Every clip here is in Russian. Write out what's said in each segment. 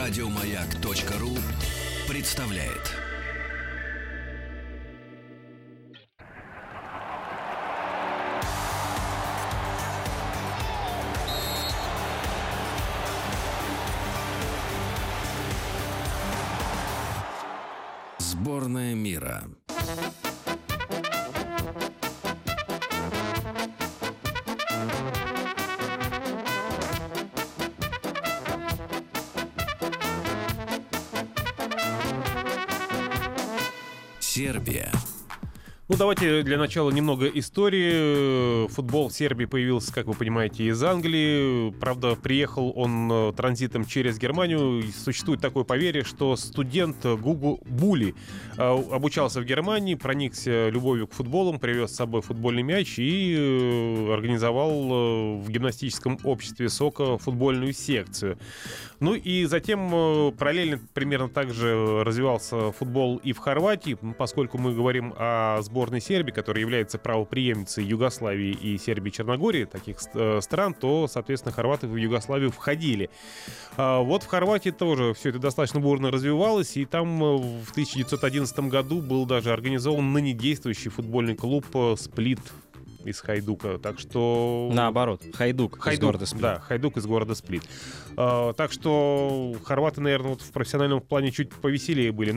Радиомаяк.ру представляет. Сборная мира. Сербия. Давайте для начала немного истории. Футбол в Сербии появился, как вы понимаете, из Англии. Правда, приехал он транзитом через Германию. Существует такое поверье, что студент Гугу Були обучался в Германии, проникся любовью к футболу, привез с собой футбольный мяч и организовал в гимнастическом обществе СОКа футбольную секцию. И затем параллельно примерно так же развивался футбол и в Хорватии, поскольку мы говорим о сборной Сербии, которая является правопреемницей Югославии и Сербии и Черногории, таких стран, то, соответственно, хорваты в Югославию входили. Вот в Хорватии тоже все это достаточно бурно развивалось, и там в 1911 году был даже организован ныне действующий футбольный клуб «Сплит» из Хайдука, так что... Наоборот, Хайдук из города Сплит. Да, Хайдук из города Сплит. Так что хорваты, наверное, в профессиональном плане чуть повеселее были.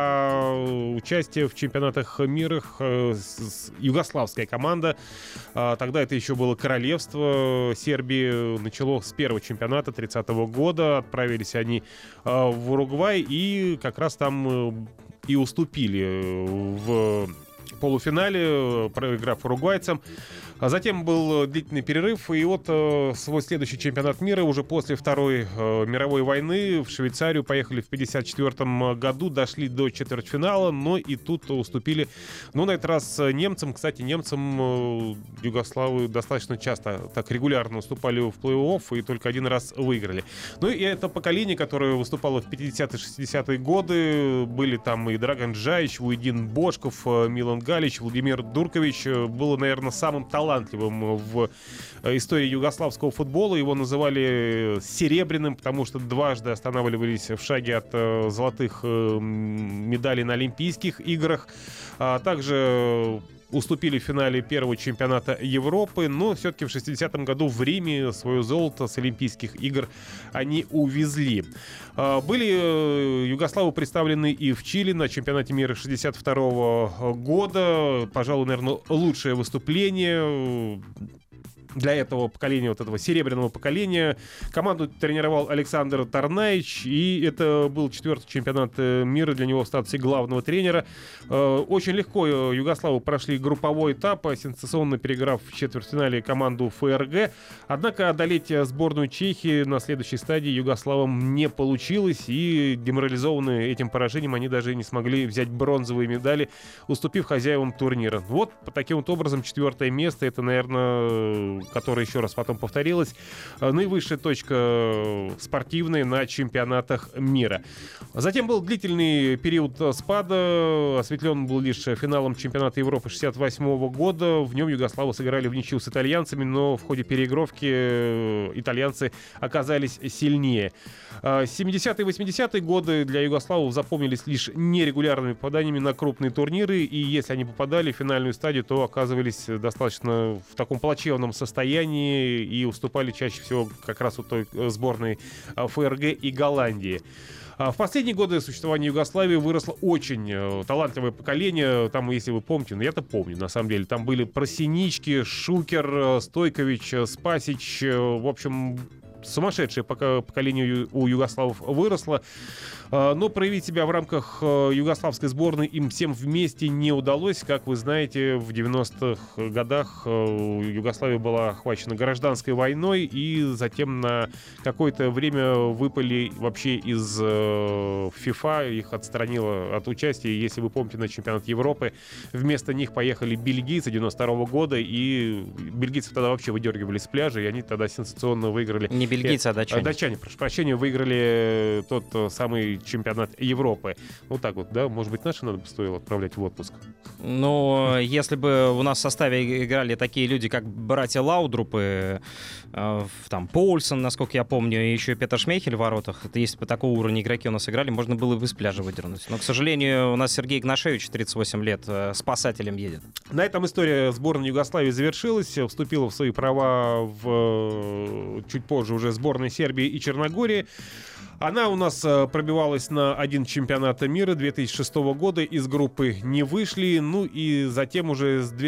А участие в чемпионатах мира югославская команда, тогда это еще было королевство Сербии, начало с первого чемпионата 30-го года. Отправились они в Уругвай и как раз там и уступили в полуфинале, проиграв уругвайцам. А затем был длительный перерыв, и вот свой следующий чемпионат мира уже после Второй мировой войны в Швейцарию поехали в 1954 году, дошли до четвертьфинала, но и тут уступили, на этот раз немцам. Кстати, немцам югославы достаточно часто так регулярно уступали в плей-офф и только один раз выиграли. И это поколение, которое выступало в 50-е, 60-е годы, были там и Драган Джаич, Вуйдин Бошков, Милан Галич, Владимир Дуркович, было, наверное, самым талантливым в истории югославского футбола. Его называли серебряным, потому что дважды останавливались в шаге от золотых медалей на Олимпийских играх. Также уступили в финале первого чемпионата Европы, но все-таки в 60-м году в Риме свое золото с Олимпийских игр они увезли. Были югославы представлены и в Чили на чемпионате мира 62-го года. Пожалуй, наверное, лучшее выступление для этого поколения, вот этого серебряного поколения. Команду тренировал Александр Тарнаич, и это был 4-й чемпионат мира для него в статусе главного тренера. Очень легко югославы прошли групповой этап, сенсационно переиграв в четвертьфинале команду ФРГ. Однако одолеть сборную Чехии на следующей стадии югославам не получилось, и деморализованные этим поражением они даже не смогли взять бронзовые медали, уступив хозяевам турнира. Вот таким вот образом 4-е место, это, наверное, которая еще раз потом повторилась, наивысшая точка спортивная на чемпионатах мира. Затем был длительный период спада, осветлен был лишь финалом чемпионата Европы 68 года. В нем югославы сыграли в ничью с итальянцами, но в ходе переигровки итальянцы оказались сильнее. 70-е и 80-е годы для югославов запомнились лишь нерегулярными попаданиями на крупные турниры, и если они попадали в финальную стадию, то оказывались достаточно в таком плачевном состоянии и уступали чаще всего как раз у той сборной ФРГ и Голландии. В последние годы существования Югославии выросло очень талантливое поколение. Там, если вы помните, я-то помню, на самом деле, там были Просинички, Шукер, Стойкович, Спасич. В общем, сумасшедшее поколение у югославов выросло. Но проявить себя в рамках югославской сборной им всем вместе не удалось. Как вы знаете, в 90-х годах Югославия была охвачена гражданской войной, и затем на какое-то время выпали вообще из FIFA, их отстранило от участия. Если вы помните, на чемпионат Европы вместо них поехали бельгийцы 92-го года, и бельгийцев тогда вообще выдергивали с пляжа, и они тогда сенсационно выиграли. Не бельгийцы, а датчане. Датчане, прошу прощения, выиграли тот самый чемпионат Европы. Вот так вот, да? Может быть, наши надо бы стоило отправлять в отпуск? Ну, если бы у нас в составе играли такие люди, как братья Лаудрупы, там, Поульсон, насколько я помню, и еще Петер Шмейхель в воротах, это если бы такого уровня игроки у нас играли, можно было бы с пляжа выдернуть. Но, к сожалению, у нас Сергей Игнашевич, 38 лет, спасателем едет. На этом история сборной Югославии завершилась. Вступила в свои права чуть позже уже сборной Сербии и Черногории. Она у нас пробивалась на один чемпионат мира 2006 года. Из группы не вышли. Ну и затем уже с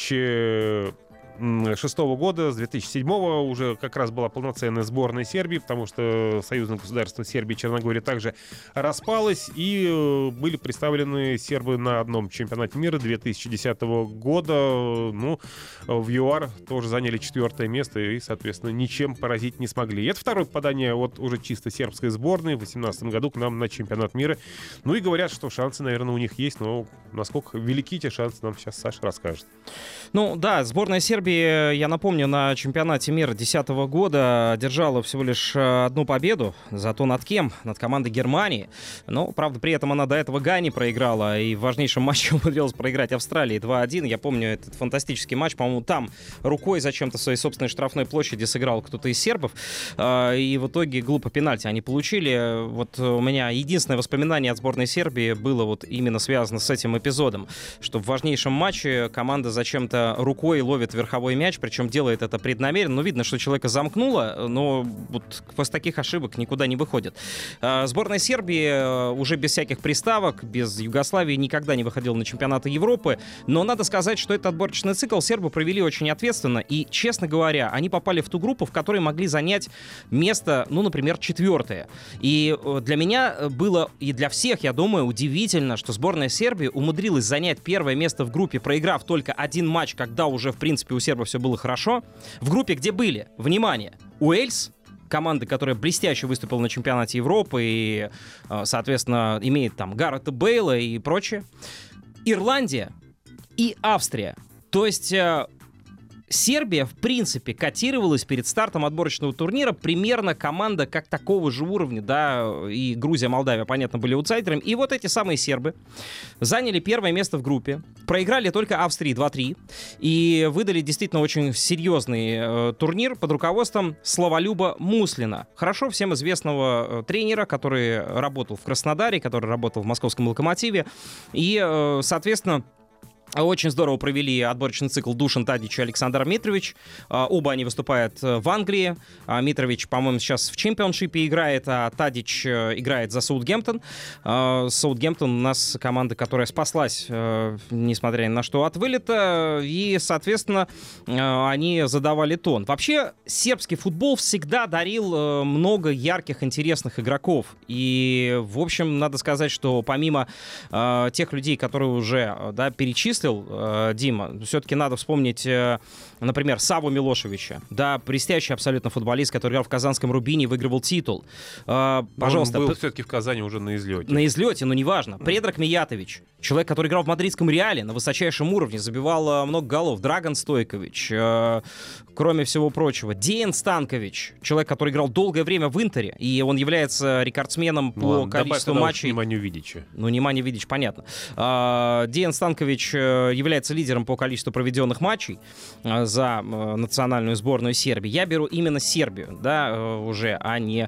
2006 года, с 2007 уже как раз была полноценная сборная Сербии, потому что союзное государство Сербии и Черногории также распалось, и были представлены сербы на одном чемпионате мира 2010 года. Ну, в ЮАР тоже заняли 4-е место и, соответственно, ничем поразить не смогли. И это второе попадание от уже чисто сербской сборной в 2018 году к нам на чемпионат мира. Ну и говорят, что шансы, наверное, у них есть, но насколько велики эти шансы, нам сейчас Саша расскажет. Ну да, сборная Сербии, я напомню, на чемпионате мира 2010 года одержала всего лишь одну победу, зато над кем? Над командой Германии. Но, правда, при этом она до этого Гане проиграла и в важнейшем матче умудрилась проиграть Австралии 2-1. Я помню этот фантастический матч, по-моему, там рукой зачем-то в своей собственной штрафной площади сыграл кто-то из сербов, и в итоге глупо пенальти они получили. Вот у меня единственное воспоминание от сборной Сербии было вот именно связано с этим эпизодом, что в важнейшем матче команда зачем-то рукой ловит верховой мяч, причем делает это преднамеренно. Ну, видно, что человека замкнуло, но вот после таких ошибок никуда не выходит. Сборная Сербии уже без всяких приставок, без Югославии никогда не выходила на чемпионаты Европы, но надо сказать, что этот отборочный цикл сербы провели очень ответственно, и, честно говоря, они попали в ту группу, в которой могли занять место, ну, например, 4-е. И для меня было, и для всех, я думаю, удивительно, что сборная Сербии умудрилась занять первое место в группе, проиграв только один матч, когда уже, в принципе, у сербов все было хорошо. В группе, где были, внимание, Уэльс, команда, которая блестяще выступила на чемпионате Европы и, соответственно, имеет там Гаррета Бейла и прочее, Ирландия и Австрия. То есть Сербия, в принципе, котировалась перед стартом отборочного турнира примерно команда как такого же уровня, да, и Грузия, Молдавия, понятно, были аутсайдерами. И вот эти самые сербы заняли первое место в группе, проиграли только Австрии 2-3 и выдали действительно очень серьезный турнир под руководством Славолюба Муслина, хорошо всем известного тренера, который работал в Краснодаре, который работал в московском «Локомотиве», и, соответственно, очень здорово провели отборочный цикл Душан Тадич и Александр Митрович. Оба они выступают в Англии. Митрович, по-моему, сейчас в чемпионшипе играет, а Тадич играет за Саутгемптон. Саутгемптон у нас команда, которая спаслась, несмотря ни на что, от вылета. И, соответственно, они задавали тон. Вообще, сербский футбол всегда дарил много ярких, интересных игроков. И, в общем, надо сказать, что помимо тех людей, которые уже, да, перечислил Дима, все-таки надо вспомнить, например, Саву Милошевича, да, блестящий абсолютно футболист, который играл в казанском «Рубине» и выигрывал титул. Пожалуйста. Он был все-таки в Казани уже на излете. На излете, но неважно. Предрак Миятович, человек, который играл в мадридском «Реале» на высочайшем уровне, забивал много голов. Драган Стойкович, кроме всего прочего. Деян Станкович, человек, который играл долгое время в «Интере», и он является рекордсменом по количеству матчей. Неманию Видича. Ну, Неманию Видич, понятно. Деян Станкович является лидером по количеству проведенных матчей за национальную сборную Сербии. Я беру именно Сербию, да, уже, а не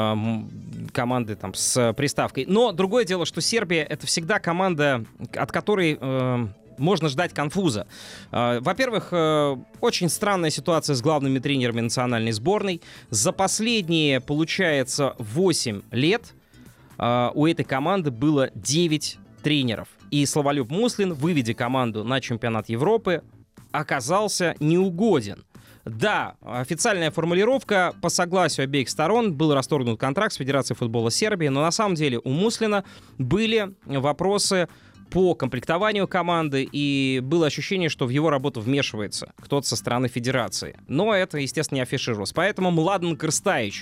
команды там с приставкой. Но другое дело, что Сербия — это всегда команда, от которой можно ждать конфуза. Во-первых, очень странная ситуация с главными тренерами национальной сборной. За последние, получается, 8 лет у этой команды было 9 тренеров. И Славолюб Муслин, выведя команду на чемпионат Европы, оказался неугоден. Да, официальная формулировка: по согласию обеих сторон был расторгнут контракт с Федерацией футбола Сербии, но на самом деле у Муслина были вопросы по комплектованию команды, и было ощущение, что в его работу вмешивается кто-то со стороны федерации. Но это, естественно, не афишировалось. Поэтому Младен Крстаич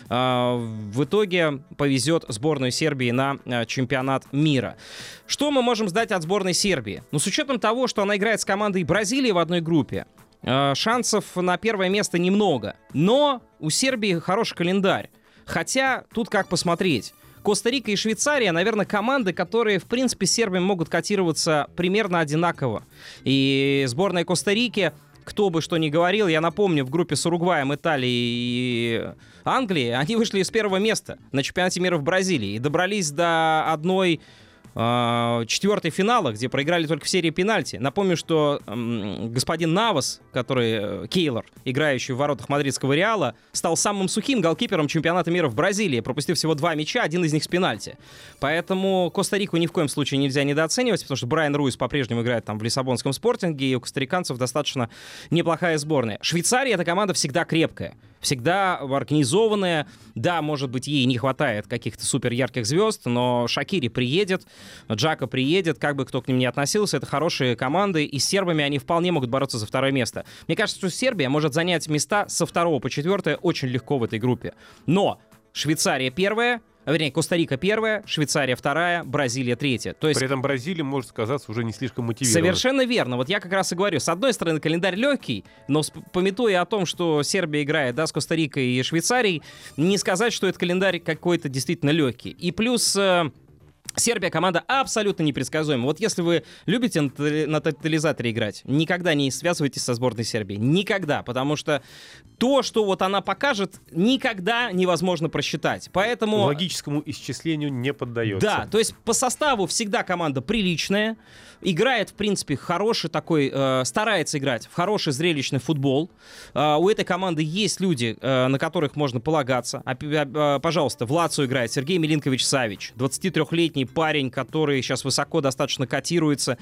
в итоге повезет сборную Сербии на чемпионат мира. Что мы можем ждать от сборной Сербии? Ну, с учетом того, что она играет с командой Бразилии в одной группе, шансов на первое место немного. Но у Сербии хороший календарь. Хотя тут как посмотреть. Коста-Рика и Швейцария, наверное, команды, которые, в принципе, с Сербией могут котироваться примерно одинаково. И сборная Коста-Рики, кто бы что ни говорил, я напомню, в группе с Уругваем, Италией и Англией, они вышли из первого места на чемпионате мира в Бразилии и добрались до 1/4 финала, где проиграли только в серии пенальти. Напомню, что господин Навас, Кейлор, играющий в воротах мадридского Реала, стал самым сухим голкипером чемпионата мира в Бразилии, пропустив всего 2 мяча, один из них с пенальти. Поэтому Коста-Рику ни в коем случае нельзя недооценивать, потому что Брайан Руис по-прежнему играет там в лиссабонском Спортинге, и у костариканцев достаточно неплохая сборная. Швейцария — это команда всегда крепкая, всегда организованная. Да, может быть, ей не хватает каких-то супер ярких звезд, но Шакири приедет, Джака приедет, как бы кто к ним ни относился, это хорошие команды, и с сербами они вполне могут бороться за второе место. Мне кажется, что Сербия может занять места со 2 по 4 очень легко в этой группе. Но Швейцария первая, вернее, Коста-Рика первая, Швейцария вторая, Бразилия третья. То есть... При этом Бразилия может казаться уже не слишком мотивированной. Совершенно верно. Вот я как раз и говорю. С одной стороны, календарь легкий, но памятуя о том, что Сербия играет, да, с Коста-Рикой и Швейцарией, не сказать, что этот календарь какой-то действительно легкий. И плюс... Сербия команда абсолютно непредсказуема. Вот если вы любите на тотализаторе играть, никогда не связывайтесь со сборной Сербии. Никогда. Потому что то, что вот она покажет, никогда невозможно просчитать. Поэтому... Логическому исчислению не поддается. Да, то есть по составу всегда команда приличная. Играет, в принципе, хороший такой, старается играть в хороший зрелищный футбол. У этой команды есть люди, на которых можно полагаться. Пожалуйста, в Лацио играет Сергей Милинкович-Савич, 23-летний парень, который сейчас высоко достаточно котируется.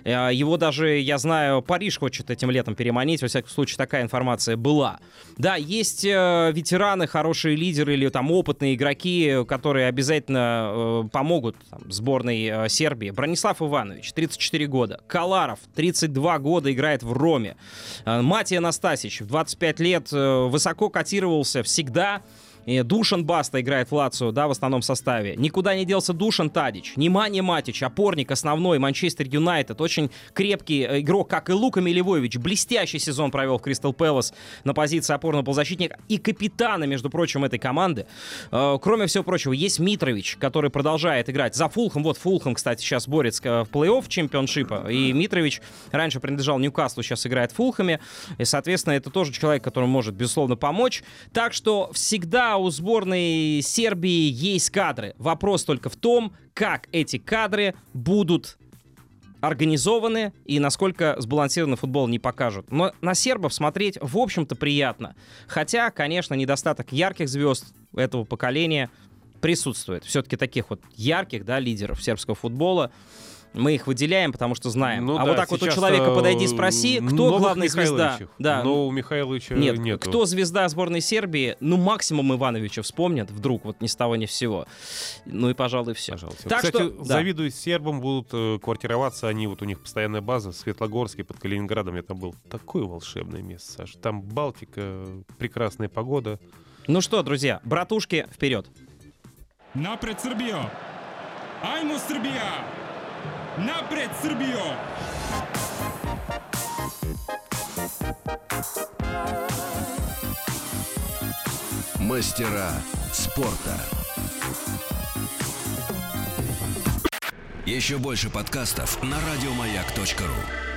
Его даже, я знаю, Париж хочет этим летом переманить. Во всяком случае, такая информация была. Да, есть ветераны, хорошие лидеры или там опытные игроки, которые обязательно помогут там, сборной Сербии. Бронислав Иванович, 34 года. Каларов, 32 года, играет в Роме. Матия Настасич, в 25 лет, высоко котировался всегда. И Душан Баста играет в Лацио, да, в основном составе. Никуда не делся Душан Тадич. Немanja Матич, опорник основной, Манчестер Юнайтед. Очень крепкий игрок, как и Лука Милевойевич. Блестящий сезон провел в Кристал Пэлас на позиции опорного полузащитника и капитана, между прочим, этой команды. Кроме всего прочего, есть Митрович, который продолжает играть за Фулхэм. Вот Фулхэм, кстати, сейчас борется в плей-офф чемпионшипа. И Митрович раньше принадлежал Ньюкаслу, сейчас играет в Фулхэме. И, соответственно, это тоже человек, который может, безусловно, помочь. Так что всегда у сборной Сербии есть кадры. Вопрос только в том, как эти кадры будут организованы и насколько сбалансированный футбол не покажут. Но на сербов смотреть, в общем-то, приятно. Хотя, конечно, недостаток ярких звезд этого поколения присутствует. Все-таки таких вот ярких, да, лидеров сербского футбола мы их выделяем, потому что знаем. Ну, вот так вот у человека подойди, спроси, кто главная звезда. Да. Но у Михайловича нету. Кто звезда сборной Сербии? Ну, максимум Ивановича вспомнят вдруг, вот ни с того ни с сего. Ну и, пожалуй, все. Пожалуйста. Так кстати, что, завидую сербам, будут квартироваться они, вот у них постоянная база в Светлогорске под Калининградом. Я там был. Такое волшебное место, Саш. Там Балтика, прекрасная погода. Ну что, друзья, братушки, вперед. Напред, Сербия! Ajmo, Srbija! Napred, Srbijo! Мастера спорта. Еще больше подкастов на радиомаяк.ру.